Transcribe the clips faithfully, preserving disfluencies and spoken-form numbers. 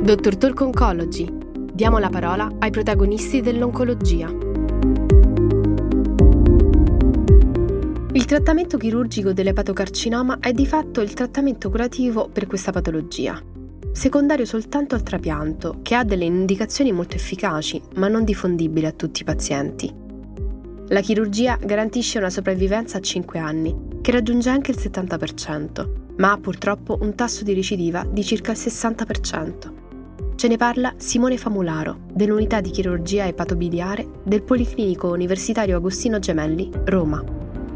Dottor Talk Oncology. Diamo la parola ai protagonisti dell'oncologia. Il trattamento chirurgico dell'epatocarcinoma è di fatto il trattamento curativo per questa patologia, secondario soltanto al trapianto, che ha delle indicazioni molto efficaci, ma non diffondibili a tutti i pazienti. La chirurgia garantisce una sopravvivenza a cinque anni, che raggiunge anche il settanta per cento, ma ha purtroppo un tasso di recidiva di circa il sessanta per cento. Ce ne parla Simone Famularo, dell'unità di chirurgia epatobiliare del Policlinico Universitario Agostino Gemelli, Roma.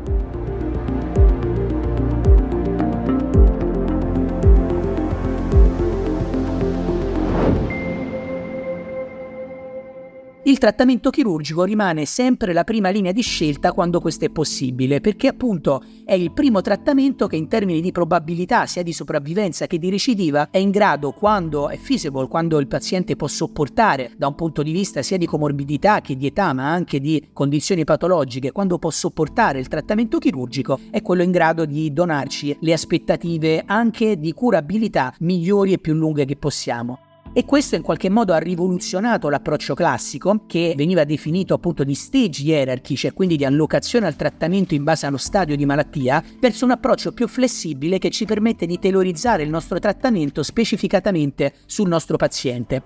Il trattamento chirurgico rimane sempre la prima linea di scelta quando questo è possibile, perché appunto è il primo trattamento che in termini di probabilità sia di sopravvivenza che di recidiva è in grado, quando è feasible, quando il paziente può sopportare da un punto di vista sia di comorbidità che di età, ma anche di condizioni patologiche, quando può sopportare il trattamento chirurgico, è quello in grado di donarci le aspettative anche di curabilità migliori e più lunghe che possiamo. E questo in qualche modo ha rivoluzionato l'approccio classico, che veniva definito appunto di stage hierarchy, cioè quindi di allocazione al trattamento in base allo stadio di malattia, verso un approccio più flessibile che ci permette di tailorizzare il nostro trattamento specificatamente sul nostro paziente.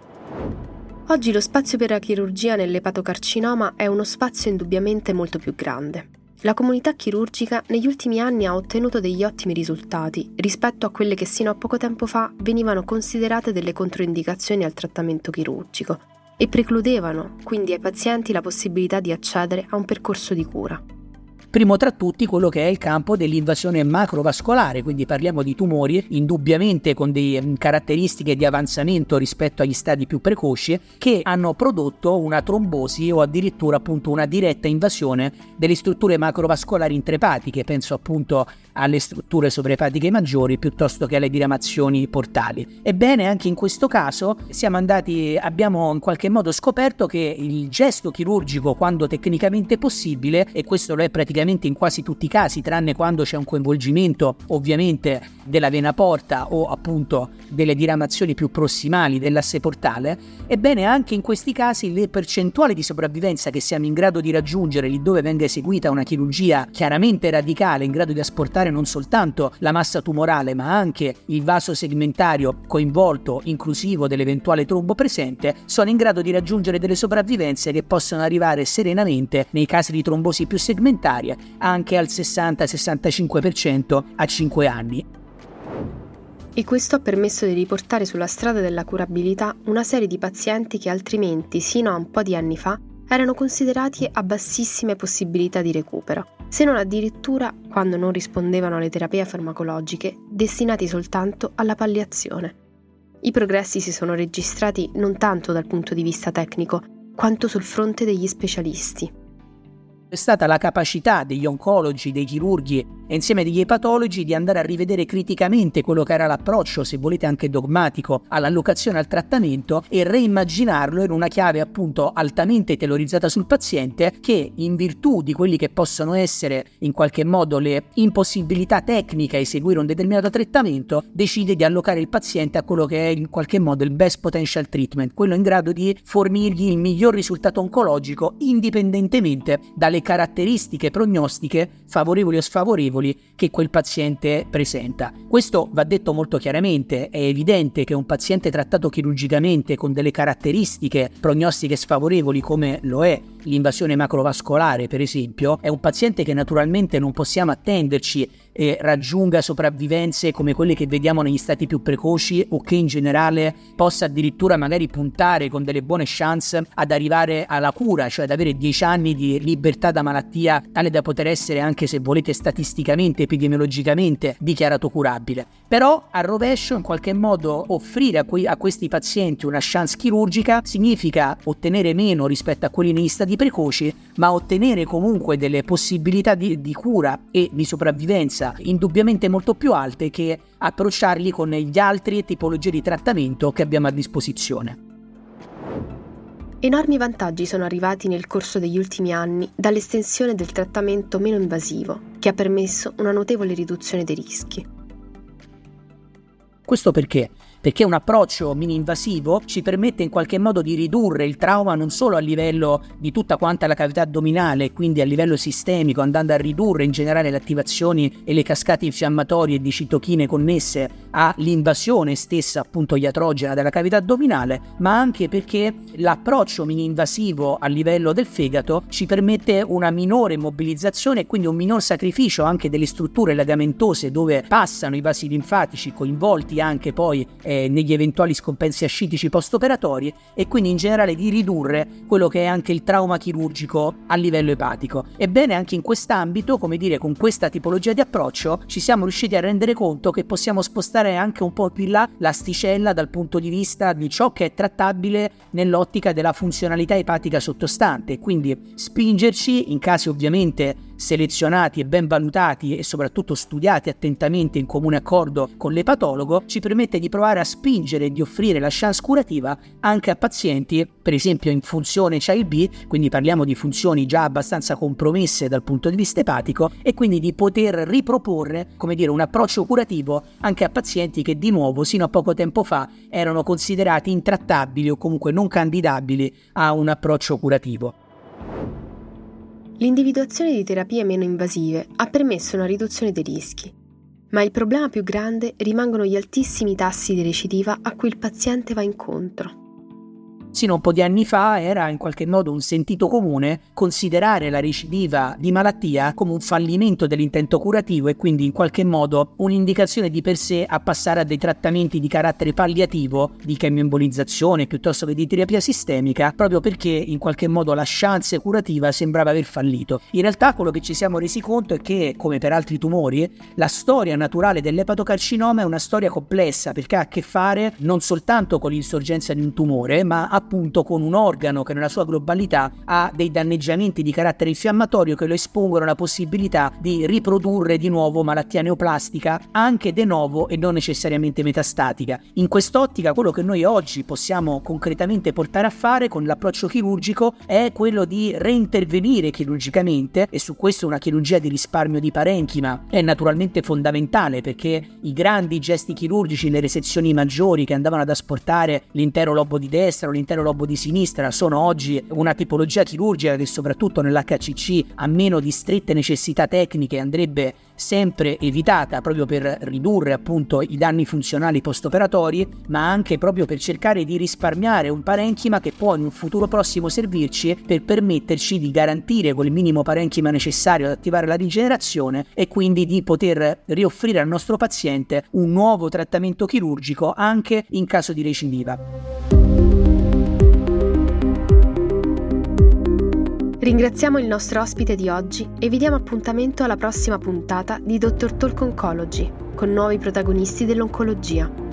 Oggi lo spazio per la chirurgia nell'epatocarcinoma è uno spazio indubbiamente molto più grande. La comunità chirurgica negli ultimi anni ha ottenuto degli ottimi risultati rispetto a quelle che sino a poco tempo fa venivano considerate delle controindicazioni al trattamento chirurgico e precludevano quindi ai pazienti la possibilità di accedere a un percorso di cura. Primo tra tutti quello che è il campo dell'invasione macrovascolare, quindi parliamo di tumori indubbiamente con delle caratteristiche di avanzamento rispetto agli stadi più precoci che hanno prodotto una trombosi o addirittura appunto una diretta invasione delle strutture macrovascolari intraepatiche, penso appunto alle strutture sovraepatiche maggiori piuttosto che alle diramazioni portali. Ebbene, anche in questo caso siamo andati, abbiamo in qualche modo scoperto che il gesto chirurgico, quando tecnicamente possibile, e questo lo è praticamente in quasi tutti i casi, tranne quando c'è un coinvolgimento ovviamente della vena porta o appunto delle diramazioni più prossimali dell'asse portale, ebbene anche in questi casi le percentuali di sopravvivenza che siamo in grado di raggiungere lì dove venga eseguita una chirurgia chiaramente radicale, in grado di asportare non soltanto la massa tumorale ma anche il vaso segmentario coinvolto, inclusivo dell'eventuale trombo presente, sono in grado di raggiungere delle sopravvivenze che possono arrivare serenamente, nei casi di trombosi più segmentarie, anche al sessanta sessantacinque per cento a cinque anni. E questo ha permesso di riportare sulla strada della curabilità una serie di pazienti che altrimenti, sino a un po' di anni fa, erano considerati a bassissime possibilità di recupero, se non addirittura, quando non rispondevano alle terapie farmacologiche, destinati soltanto alla palliazione. I progressi si sono registrati non tanto dal punto di vista tecnico, quanto sul fronte degli specialisti. È stata la capacità degli oncologi, dei chirurghi e insieme degli epatologi di andare a rivedere criticamente quello che era l'approccio, se volete anche dogmatico, all'allocazione al trattamento e reimmaginarlo in una chiave appunto altamente tailorizzata sul paziente che, in virtù di quelli che possono essere in qualche modo le impossibilità tecniche a eseguire un determinato trattamento, decide di allocare il paziente a quello che è in qualche modo il best potential treatment, quello in grado di fornirgli il miglior risultato oncologico indipendentemente dalle caratteristiche prognostiche favorevoli o sfavorevoli che quel paziente presenta. Questo va detto molto chiaramente: è evidente che un paziente trattato chirurgicamente con delle caratteristiche prognostiche sfavorevoli come lo è l'invasione macrovascolare, per esempio, è un paziente che naturalmente non possiamo attenderci e raggiunga sopravvivenze come quelle che vediamo negli stati più precoci o che in generale possa addirittura magari puntare con delle buone chance ad arrivare alla cura, cioè ad avere dieci anni di libertà da malattia tale da poter essere, anche se volete statisticamente, epidemiologicamente dichiarato curabile. Però al rovescio, in qualche modo, offrire a, que- a questi pazienti una chance chirurgica significa ottenere meno rispetto a quelli negli stati precoci, ma ottenere comunque delle possibilità di, di cura e di sopravvivenza indubbiamente molto più alte che approcciarli con gli altri tipologie di trattamento che abbiamo a disposizione. Enormi vantaggi sono arrivati nel corso degli ultimi anni dall'estensione del trattamento meno invasivo, che ha permesso una notevole riduzione dei rischi. Questo perché? perché un approccio mini-invasivo ci permette in qualche modo di ridurre il trauma non solo a livello di tutta quanta la cavità addominale, quindi a livello sistemico, andando a ridurre in generale le attivazioni e le cascate infiammatorie di citochine connesse all'invasione stessa appunto iatrogena della cavità addominale, ma anche perché l'approccio mini-invasivo a livello del fegato ci permette una minore mobilizzazione e quindi un minor sacrificio anche delle strutture legamentose dove passano i vasi linfatici, coinvolti anche poi eh, negli eventuali scompensi ascitici post-operatori, e quindi in generale di ridurre quello che è anche il trauma chirurgico a livello epatico. Ebbene, anche in quest'ambito, come dire, con questa tipologia di approccio ci siamo riusciti a rendere conto che possiamo spostare anche un po' più in là l'asticella dal punto di vista di ciò che è trattabile nell'ottica della funzionalità epatica sottostante, quindi spingerci in casi ovviamente selezionati e ben valutati e soprattutto studiati attentamente in comune accordo con l'epatologo, ci permette di provare a spingere e di offrire la chance curativa anche a pazienti per esempio in funzione C I B, quindi parliamo di funzioni già abbastanza compromesse dal punto di vista epatico, e quindi di poter riproporre, come dire, un approccio curativo anche a pazienti che di nuovo sino a poco tempo fa erano considerati intrattabili o comunque non candidabili a un approccio curativo. L'individuazione di terapie meno invasive ha permesso una riduzione dei rischi, ma il problema più grande rimangono gli altissimi tassi di recidiva a cui il paziente va incontro. Sino a un po' di anni fa era in qualche modo un sentito comune considerare la recidiva di malattia come un fallimento dell'intento curativo e quindi in qualche modo un'indicazione di per sé a passare a dei trattamenti di carattere palliativo, di chemioembolizzazione piuttosto che di terapia sistemica, proprio perché in qualche modo la chance curativa sembrava aver fallito. In realtà quello che ci siamo resi conto è che, come per altri tumori, la storia naturale dell'epatocarcinoma è una storia complessa, perché ha a che fare non soltanto con l'insorgenza di un tumore, ma appunto con un organo che nella sua globalità ha dei danneggiamenti di carattere infiammatorio che lo espongono alla possibilità di riprodurre di nuovo malattia neoplastica, anche de novo e non necessariamente metastatica. In quest'ottica quello che noi oggi possiamo concretamente portare a fare con l'approccio chirurgico è quello di reintervenire chirurgicamente, e su questo una chirurgia di risparmio di parenchima è naturalmente fondamentale, perché i grandi gesti chirurgici, le resezioni maggiori che andavano ad asportare l'intero lobo di destra o l'intero lobo di sinistra sono oggi una tipologia chirurgica che soprattutto nell'H C C, a meno di strette necessità tecniche, andrebbe sempre evitata proprio per ridurre appunto i danni funzionali post-operatori, ma anche proprio per cercare di risparmiare un parenchima che può in un futuro prossimo servirci per permetterci di garantire quel minimo parenchima necessario ad attivare la rigenerazione e quindi di poter rioffrire al nostro paziente un nuovo trattamento chirurgico anche in caso di recidiva. Ringraziamo il nostro ospite di oggi e vi diamo appuntamento alla prossima puntata di Doctor Talk Oncology con nuovi protagonisti dell'oncologia.